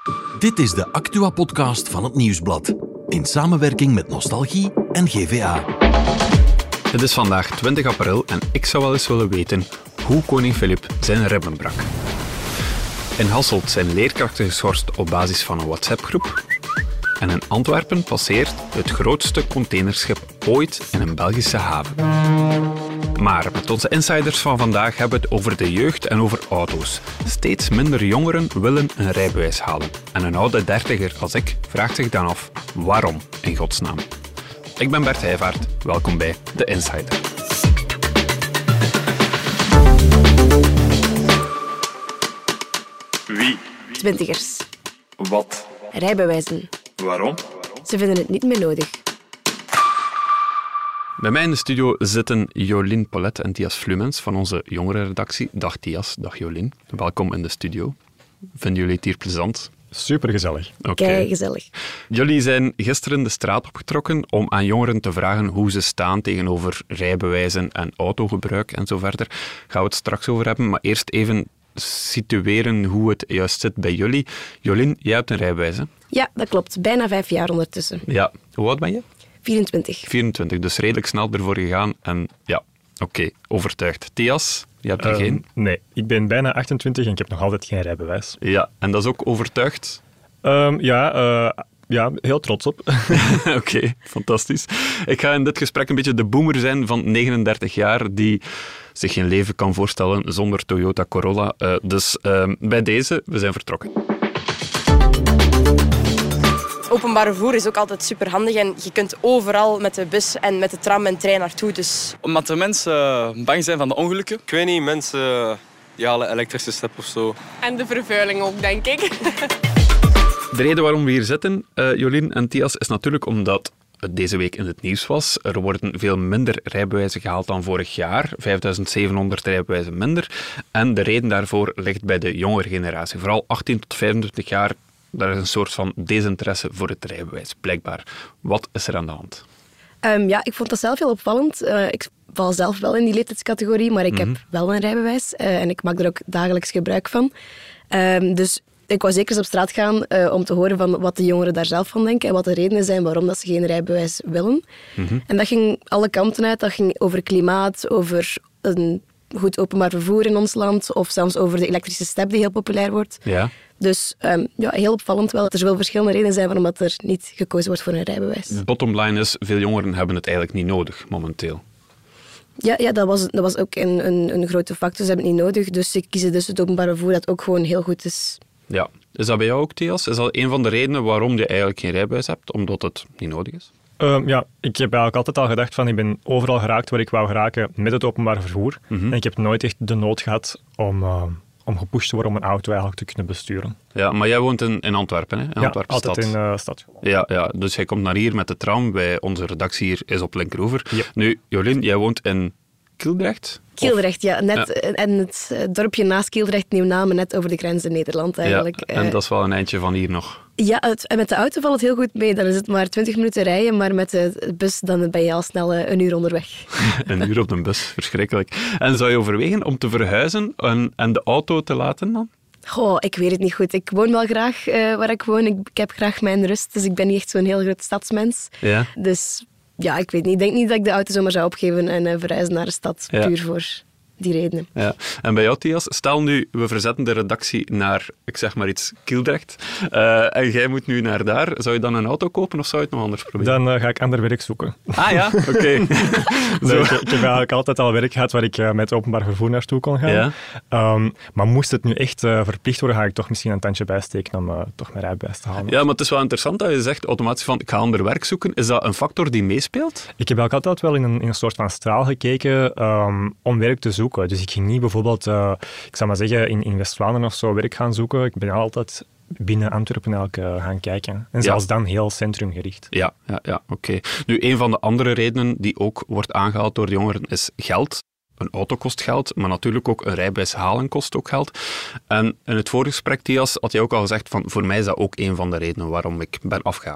Dit is de Actua-podcast van het Nieuwsblad. In samenwerking met Nostalgie en GVA. Het is vandaag 20 april en ik zou wel eens willen weten hoe koning Filip zijn ribben brak. In Hasselt zijn leerkrachten geschorst op basis van een WhatsApp-groep. En in Antwerpen passeert het grootste containerschip ooit in een Belgische haven. Maar met onze insiders van vandaag hebben we het over de jeugd en over auto's. Steeds minder jongeren willen een rijbewijs halen. En een oude dertiger als ik vraagt zich dan af, waarom in godsnaam? Ik ben Bert Heijvaart, welkom bij The Insider. Wie? Twintigers. Wat? Rijbewijzen. Waarom? Ze vinden het niet meer nodig. Bij mij in de studio zitten Jolien Polet en Thias Flumens van onze jongerenredactie. Dag Thias, dag Jolien. Welkom in de studio. Vinden jullie het hier plezant? Supergezellig. Oké. Kei gezellig. Jullie zijn gisteren de straat opgetrokken om aan jongeren te vragen hoe ze staan tegenover rijbewijzen en autogebruik en zo verder. Gaan we het straks over hebben, maar eerst even situeren hoe het juist zit bij jullie. Jolien, jij hebt een rijbewijs, hè? Ja, dat klopt. Bijna 5 jaar ondertussen. Ja. Hoe oud ben je? 24. 24, dus redelijk snel ervoor gegaan. En ja, oké, overtuigd. Thias, je hebt er geen? Nee, ik ben bijna 28 en ik heb nog altijd geen rijbewijs. Ja, en dat is ook overtuigd? Ja, heel trots op. Oké, fantastisch. Ik ga in dit gesprek een beetje de boomer zijn van 39 jaar die zich geen leven kan voorstellen zonder Toyota Corolla. Dus bij deze, we zijn vertrokken. Openbaar vervoer is ook altijd superhandig en je kunt overal met de bus en met de tram en trein naartoe. Dus Omdat de mensen bang zijn van de ongelukken. Ik weet niet, mensen die halen elektrische step of zo. En de vervuiling ook, denk ik. De reden waarom we hier zitten, Jolien en Thias, is natuurlijk omdat het deze week in het nieuws was. Er worden veel minder rijbewijzen gehaald dan vorig jaar. 5700 rijbewijzen minder. En de reden daarvoor ligt bij de jongere generatie. Vooral 18 tot 25 jaar, daar is een soort van desinteresse voor het rijbewijs, blijkbaar. Wat is er aan de hand? Ik vond dat zelf heel opvallend. Ik val zelf wel in die leeftijdscategorie, maar ik heb wel een rijbewijs. En ik maak er ook dagelijks gebruik van. Dus ik wou zeker eens op straat gaan om te horen van wat de jongeren daar zelf van denken en wat de redenen zijn waarom dat ze geen rijbewijs willen. En dat ging alle kanten uit. Dat ging over klimaat, over een goed openbaar vervoer in ons land of zelfs over de elektrische step die heel populair wordt. Ja. Dus heel opvallend wel. Er zullen verschillende redenen zijn waarom er niet gekozen wordt voor een rijbewijs. De bottom line is, veel jongeren hebben het eigenlijk niet nodig, momenteel. Ja, dat was ook een grote factor. Ze hebben het niet nodig, dus ze kiezen dus het openbaar vervoer dat ook gewoon heel goed is. Ja. Is dat bij jou ook, Thias? Is dat een van de redenen waarom je eigenlijk geen rijbewijs hebt? Omdat het niet nodig is? Ik heb eigenlijk altijd al gedacht van ik ben overal geraakt waar ik wou geraken met het openbaar vervoer. En ik heb nooit echt de nood gehad om gepusht te worden om een auto eigenlijk te kunnen besturen. Ja, maar jij woont in Antwerpen, hè? In Antwerpen altijd stad. in stad. Ja, dus jij komt naar hier met de tram. Onze redactie hier is op Linkeroever. Ja. Nu, Jolien, jij woont in Kildrecht? Kildrecht, en het dorpje naast Kildrecht, Nieuw-Namen, net over de grens in Nederland eigenlijk. Ja, en dat is wel een eindje van hier nog. Ja, en met de auto valt het heel goed mee. Dan is het maar 20 minuten rijden, maar met de bus dan ben je al snel een uur onderweg. Een uur op de bus, verschrikkelijk. En zou je overwegen om te verhuizen en de auto te laten dan? Goh, ik weet het niet goed. Ik woon wel graag waar ik woon. Ik heb graag mijn rust, dus ik ben niet echt zo'n heel groot stadsmens. Ja. Dus ja, ik weet niet. Ik denk niet dat ik de auto zomaar zou opgeven en verhuizen naar de stad, puur voor die redenen. Ja. En bij jou, Thias, stel nu, we verzetten de redactie naar, ik zeg maar iets, Kildrecht, en jij moet nu naar daar. Zou je dan een auto kopen of zou je het nog anders proberen? Dan ga ik ander werk zoeken. Ah ja, oké. Nee, ik heb eigenlijk altijd al werk gehad waar ik met openbaar vervoer naartoe kon gaan. Ja. Maar moest het nu echt verplicht worden, ga ik toch misschien een tandje bijsteken om toch mijn rijbewijs te halen. Ja, maar het is wel interessant dat je zegt automatisch van ik ga ander werk zoeken. Is dat een factor die meespeelt? Ik heb eigenlijk altijd wel in een soort van straal gekeken om werk te zoeken. Dus ik ging niet bijvoorbeeld, ik zou maar zeggen, in West-Vlaanderen of zo werk gaan zoeken. Ik ben altijd binnen Antwerpen eigenlijk gaan kijken. En zelfs dan heel centrumgericht. Ja, oké. Nu, een van de andere redenen die ook wordt aangehaald door de jongeren is geld. Een auto kost geld, maar natuurlijk ook een rijbewijs halen kost ook geld. En in het voorgesprek, Thias, had jij ook al gezegd van voor mij is dat ook een van de redenen waarom ik ben afgehaakt.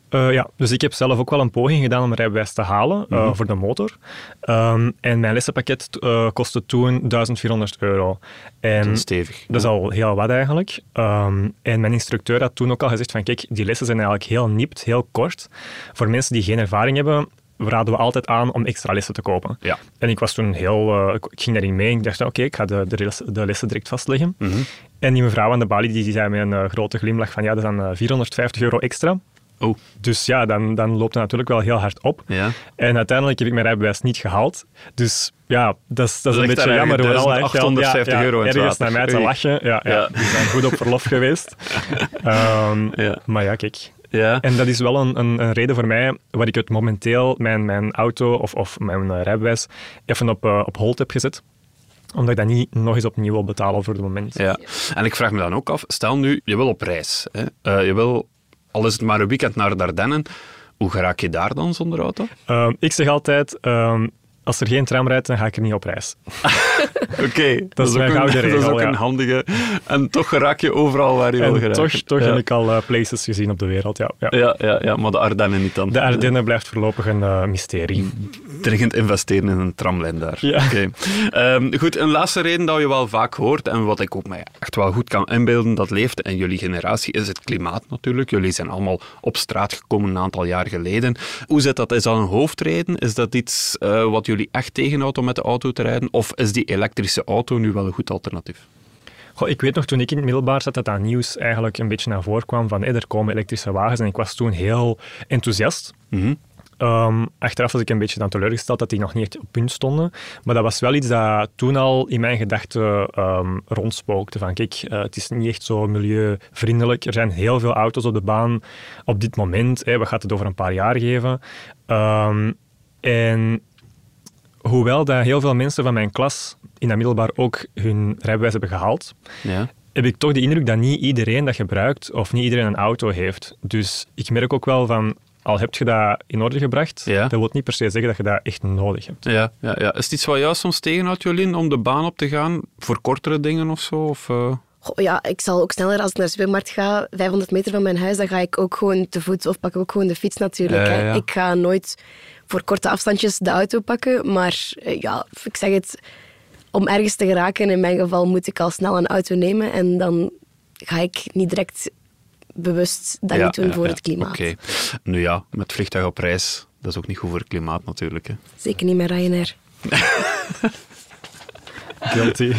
Ja, dus ik heb zelf ook wel een poging gedaan om een rijbewijs te halen voor de motor. En mijn lessenpakket kostte toen €1.400. En Dat is stevig. dat is al heel wat eigenlijk. En mijn instructeur had toen ook al gezegd van kijk, die lessen zijn eigenlijk heel nipt, heel kort. Voor mensen die geen ervaring hebben, raden we altijd aan om extra lessen te kopen. Ja. En ik was toen ik ging daarin mee. Ik dacht, oké, ik ga de lessen direct vastleggen. En die mevrouw aan de balie die zei met een grote glimlach van ja, dat is dan €450 extra. Oh. Dus ja, dan loopt het natuurlijk wel heel hard op. Ja. En uiteindelijk heb ik mijn rijbewijs niet gehaald. Dus ja, dat is een ligt beetje daar jammer. €1.850 in het ergens water. naar mij te Oei. lachen. Ja. Die zijn goed op verlof geweest. Ja. Maar ja, kijk. Ja. En dat is wel een reden voor mij waar ik het momenteel mijn auto of mijn rijbewijs even op hold heb gezet. Omdat ik dat niet nog eens opnieuw wil betalen voor het moment. Ja. En ik vraag me dan ook af, stel nu, je wil op reis. Hè? Je wil, al is het maar een weekend naar de Ardennen, hoe geraak je daar dan zonder auto? Ik zeg altijd, als er geen tram rijdt, dan ga ik er niet op reis. Oké, dat is mijn gouden regel. Dat is ook een handige. En toch geraak je overal waar je wil geraken. Toch heb ik al places gezien op de wereld, ja. Ja, maar de Ardennen niet dan. De Ardennen blijft voorlopig een mysterie. Dringend investeren in een tramlijn daar. Ja. Okay. Goed, een laatste reden dat je wel vaak hoort, en wat ik ook mij echt wel goed kan inbeelden, dat leeft in jullie generatie, is het klimaat natuurlijk. Jullie zijn allemaal op straat gekomen een aantal jaar geleden. Hoe zit dat? Is dat een hoofdreden? Is dat iets wat jullie echt tegenhoudt om met de auto te rijden? Of is die elektrische auto nu wel een goed alternatief? Goh, ik weet nog, toen ik in het middelbaar zat, dat nieuws eigenlijk een beetje naar voren kwam van er komen elektrische wagens. En ik was toen heel enthousiast. Achteraf was ik een beetje dan teleurgesteld dat die nog niet echt op punt stonden. Maar dat was wel iets dat toen al in mijn gedachten rondspookte. Van kijk, het is niet echt zo milieuvriendelijk. Er zijn heel veel auto's op de baan op dit moment. We gaan het over een paar jaar geven. En hoewel dat heel veel mensen van mijn klas in dat middelbaar ook hun rijbewijs hebben gehaald, heb ik toch de indruk dat niet iedereen dat gebruikt of niet iedereen een auto heeft. Dus ik merk ook wel van, al heb je dat in orde gebracht, dat wil niet per se zeggen dat je dat echt nodig hebt. Ja. Is het iets wat jou soms tegenhoudt, Jolien, om de baan op te gaan voor kortere dingen of zo? Of, Ja, ik zal ook sneller als ik naar de supermarkt ga, 500 meter van mijn huis, dan ga ik ook gewoon te voet of pak ik ook gewoon de fiets natuurlijk. Ja. Ik ga nooit voor korte afstandjes de auto pakken, maar ik zeg het, om ergens te geraken, in mijn geval moet ik al snel een auto nemen en dan ga ik niet direct bewust dat niet doen voor het klimaat. Oké. Nu ja, met vliegtuig op reis, dat is ook niet goed voor het klimaat natuurlijk. Hè. Zeker niet met Ryanair. Guilty.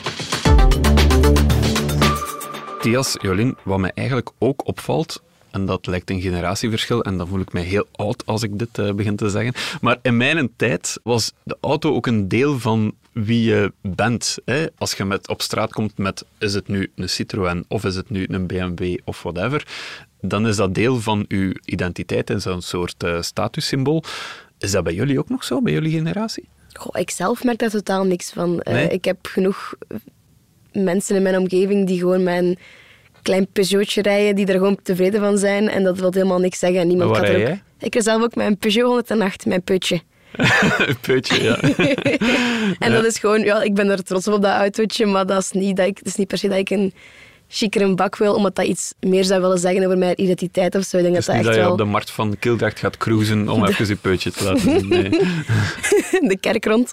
Thias, Jolien, wat mij eigenlijk ook opvalt, en dat lijkt een generatieverschil, en dan voel ik mij heel oud als ik dit begin te zeggen, maar in mijn tijd was de auto ook een deel van wie je bent. Hè? Als je op straat komt met, is het nu een Citroën of is het nu een BMW of whatever, dan is dat deel van uw identiteit en zo'n soort statussymbool. Is dat bij jullie ook nog zo, bij jullie generatie? Goh, ik zelf merk daar totaal niks van. Nee? Ik heb genoeg mensen in mijn omgeving die gewoon mijn klein Peugeotje rijden, die er gewoon tevreden van zijn. En dat wil helemaal niks zeggen. En niemand Waar gaat er rij ook... Ik rij zelf ook mijn Peugeot 108, mijn putje. Een putje, ja. En dat is gewoon... Ja, ik ben er trots op dat autootje, maar dat is niet per se dat ik een chicere bak wil, omdat dat iets meer zou willen zeggen over mijn identiteit of zo. Ik denk Het is dat niet echt dat je wel... op de markt van Kildracht gaat cruisen om even je putje te laten zien. Nee. De kerk rond.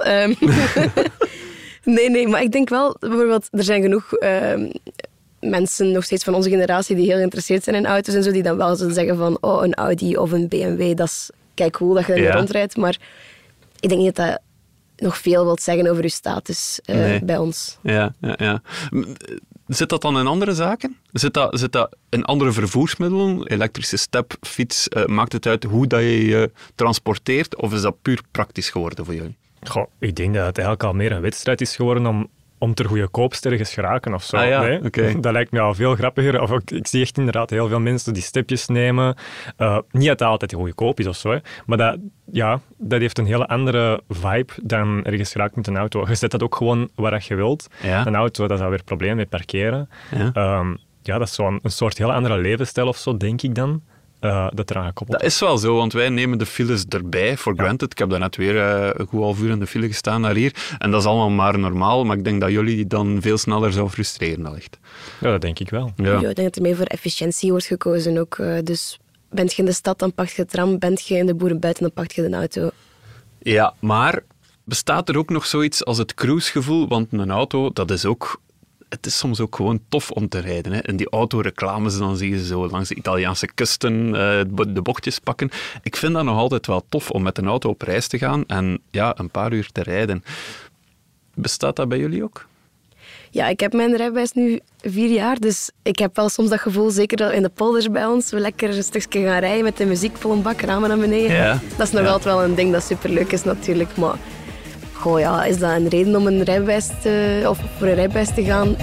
Nee, maar ik denk wel, bijvoorbeeld, er zijn genoeg mensen nog steeds van onze generatie die heel geïnteresseerd zijn in auto's en zo, die dan wel zullen zeggen van, oh, een Audi of een BMW, dat is kijk cool dat je er rondrijdt, maar ik denk niet dat dat nog veel wilt zeggen over je status bij ons. Ja. Zit dat dan in andere zaken? Zit dat in andere vervoersmiddelen? Elektrische step, fiets, maakt het uit hoe dat je je transporteert? Of is dat puur praktisch geworden voor jullie? Goh, ik denk dat het eigenlijk al meer een wedstrijd is geworden om ter goede koopst ergens geraken of zo. Ah, ja. Nee? Okay. Dat lijkt me al veel grappiger. Of ik zie echt inderdaad heel veel mensen die stepjes nemen. Niet dat het altijd goedkoop is of zo, hè. Maar dat heeft een hele andere vibe dan ergens geraakt met een auto. Je zet dat ook gewoon waar je wilt. Ja. Een auto, dat is alweer een probleem met parkeren. Ja. Dat is zo'n een soort heel andere levensstijl of zo, denk ik dan. Dat eraan gekoppeld. Dat is wel zo, want wij nemen de files erbij, for granted. Ik heb daarnet weer een goed half uur in de file gestaan naar hier. En dat is allemaal maar normaal, maar ik denk dat jullie die dan veel sneller zou frustreren, allicht. Ja, dat denk ik wel. Ja. Ik denk dat er meer voor efficiëntie wordt gekozen ook. Dus bent je in de stad, dan pak je de tram. Bent je in de boerenbuiten, dan pak je de auto. Ja, maar bestaat er ook nog zoiets als het cruisegevoel? Want een auto, dat is ook... Het is soms ook gewoon tof om te rijden. Hè. In die autoreclames, dan zie je ze zo langs de Italiaanse kusten de bochtjes pakken. Ik vind dat nog altijd wel tof om met een auto op reis te gaan en ja, een paar uur te rijden. Bestaat dat bij jullie ook? Ja, ik heb mijn rijbewijs nu 4 jaar, dus ik heb wel soms dat gevoel, zeker in de polders bij ons, we lekker een stukje gaan rijden met de muziek vol een bak, ramen naar beneden. Ja. Dat is nog altijd wel een ding dat superleuk is natuurlijk, maar goh, ja, is dat een reden om een rijbewijs of voor een rijbewijs te gaan?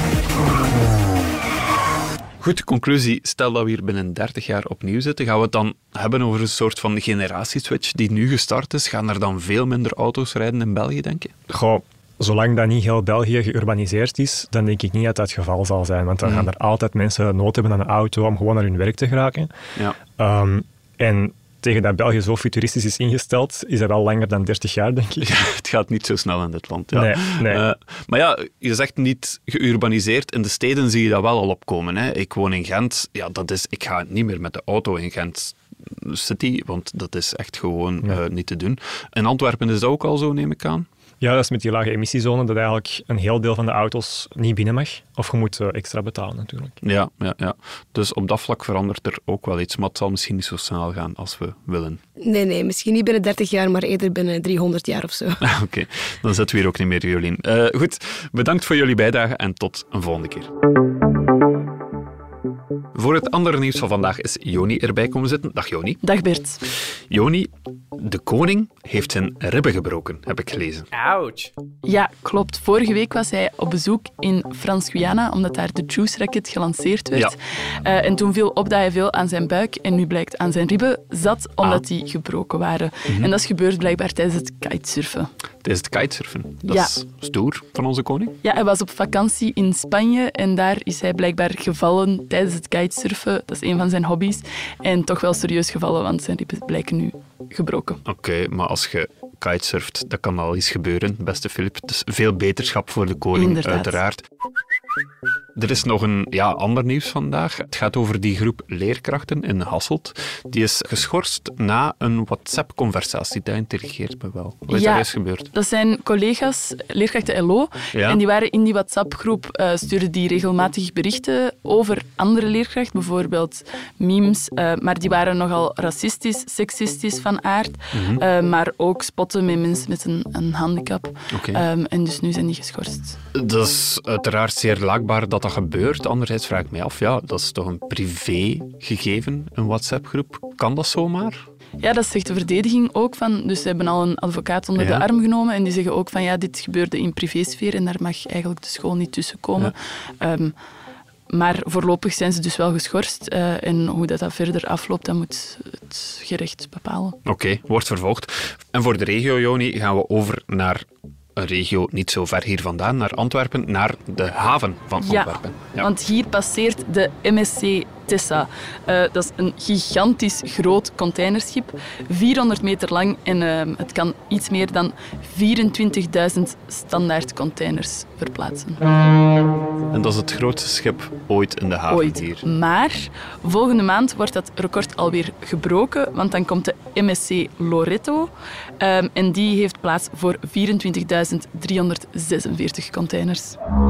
Goed, conclusie. Stel dat we hier binnen 30 jaar opnieuw zitten, gaan we het dan hebben over een soort van generatieswitch die nu gestart is? Gaan er dan veel minder auto's rijden in België, denk je? Goh, zolang dat niet heel België geurbaniseerd is, dan denk ik niet dat dat het geval zal zijn. Want dan gaan er altijd mensen nood hebben aan een auto om gewoon naar hun werk te geraken. Ja. En tegen dat België zo futuristisch is ingesteld, is dat al langer dan 30 jaar, denk ik. Ja, het gaat niet zo snel in dit land. Ja. Nee. Maar ja, je zegt niet geurbaniseerd. In de steden zie je dat wel al opkomen. Hè. Ik woon in Gent. Ja, ik ga niet meer met de auto in Gent City, want dat is echt gewoon niet te doen. In Antwerpen is dat ook al zo, neem ik aan. Ja, dat is met die lage emissiezone dat eigenlijk een heel deel van de auto's niet binnen mag. Of je moet extra betalen natuurlijk. Ja. Dus op dat vlak verandert er ook wel iets. Maar het zal misschien niet zo snel gaan als we willen. Nee, misschien niet binnen 30 jaar, maar eerder binnen 300 jaar of zo. Oké, dan zitten we hier ook niet meer, Jolien. Goed, bedankt voor jullie bijdrage en tot een volgende keer. Voor het andere nieuws van vandaag is Joni erbij komen zitten. Dag Joni. Dag Bert. Joni, de koning heeft zijn ribben gebroken, heb ik gelezen. Ouch. Ja, klopt. Vorige week was hij op bezoek in Frans-Guyana, omdat daar de Juice Racket gelanceerd werd. Ja. En toen viel op dat hij veel aan zijn buik en nu blijkt aan zijn ribben zat, omdat die gebroken waren. Mm-hmm. En dat is gebeurd blijkbaar tijdens het kitesurfen. Tijdens het kitesurfen? Dat is stoer van onze koning. Ja, hij was op vakantie in Spanje en daar is hij blijkbaar gevallen tijdens het kitesurfen. Dat is een van zijn hobby's. En toch wel serieus gevallen, want zijn ribben blijken nu gebroken. Oké, maar als je kitesurft, dat kan al eens gebeuren, beste Filip. Het is veel beterschap voor de koning, inderdaad. Uiteraard. Er is nog een ander nieuws vandaag. Het gaat over die groep leerkrachten in Hasselt. Die is geschorst na een WhatsApp-conversatie. Dat intrigeert me wel. Wat is daar eens gebeurd? Dat zijn collega's, leerkrachten LO. Ja. En die waren in die WhatsApp-groep, stuurden die regelmatig berichten over andere leerkrachten, bijvoorbeeld memes. Maar die waren nogal racistisch, seksistisch van aard. Mm-hmm. Maar ook spotten met mensen met een handicap. Okay. En dus nu zijn die geschorst. Dat is uiteraard zeer laakbaar dat gebeurt. Anderzijds vraag ik mij af, dat is toch een privégegeven, een WhatsApp-groep. Kan dat zomaar? Ja, dat zegt de verdediging ook van. Dus ze hebben al een advocaat onder de arm genomen en die zeggen ook van dit gebeurde in privésfeer en daar mag eigenlijk de school niet tussenkomen. Ja. Maar voorlopig zijn ze dus wel geschorst. En hoe dat verder afloopt, dat moet het gerecht bepalen. Oké, wordt vervolgd. En voor de regio, Joni, gaan we over naar een regio niet zo ver hier vandaan, naar Antwerpen, naar de haven van Antwerpen. Ja, want hier passeert de MSC Tessa. Dat is een gigantisch groot containerschip, 400 meter lang en het kan iets meer dan 24.000 standaard containers verplaatsen. En dat is het grootste schip ooit in de haven hier. Maar volgende maand wordt dat record alweer gebroken, want dan komt de MSC Loreto en die heeft plaats voor 24.346 containers.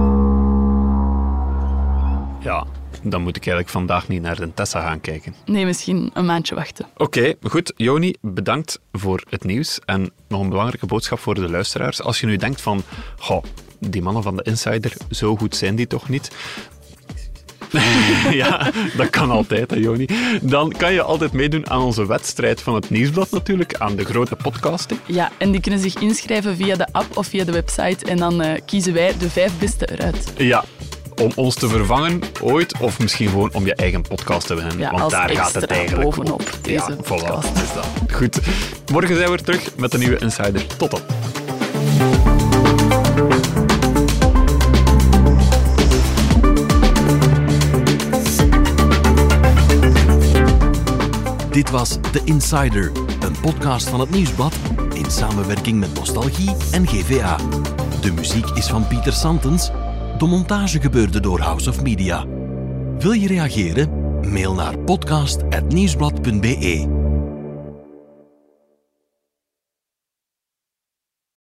Ja, dan moet ik eigenlijk vandaag niet naar de Tessa gaan kijken. Nee, misschien een maandje wachten. Oké, goed. Joni, bedankt voor het nieuws. En nog een belangrijke boodschap voor de luisteraars. Als je nu denkt van, die mannen van de Insider, zo goed zijn die toch niet? Ja, dat kan altijd, hè, Joni. Dan kan je altijd meedoen aan onze wedstrijd van het Nieuwsblad natuurlijk, aan de grote podcasting. Ja, en die kunnen zich inschrijven via de app of via de website en dan kiezen wij de 5 beste eruit. Ja, om ons te vervangen ooit, of misschien gewoon om je eigen podcast te winnen. Ja, want daar gaat het eigenlijk bovenop deze podcast. Voilà, is dat. Goed, morgen zijn we weer terug met een nieuwe Insider. Tot dan. Dit was The Insider, een podcast van het Nieuwsblad in samenwerking met Nostalgie en GVA. De muziek is van Pieter Santens. De montage gebeurde door House of Media. Wil je reageren? Mail naar podcast@nieuwsblad.be.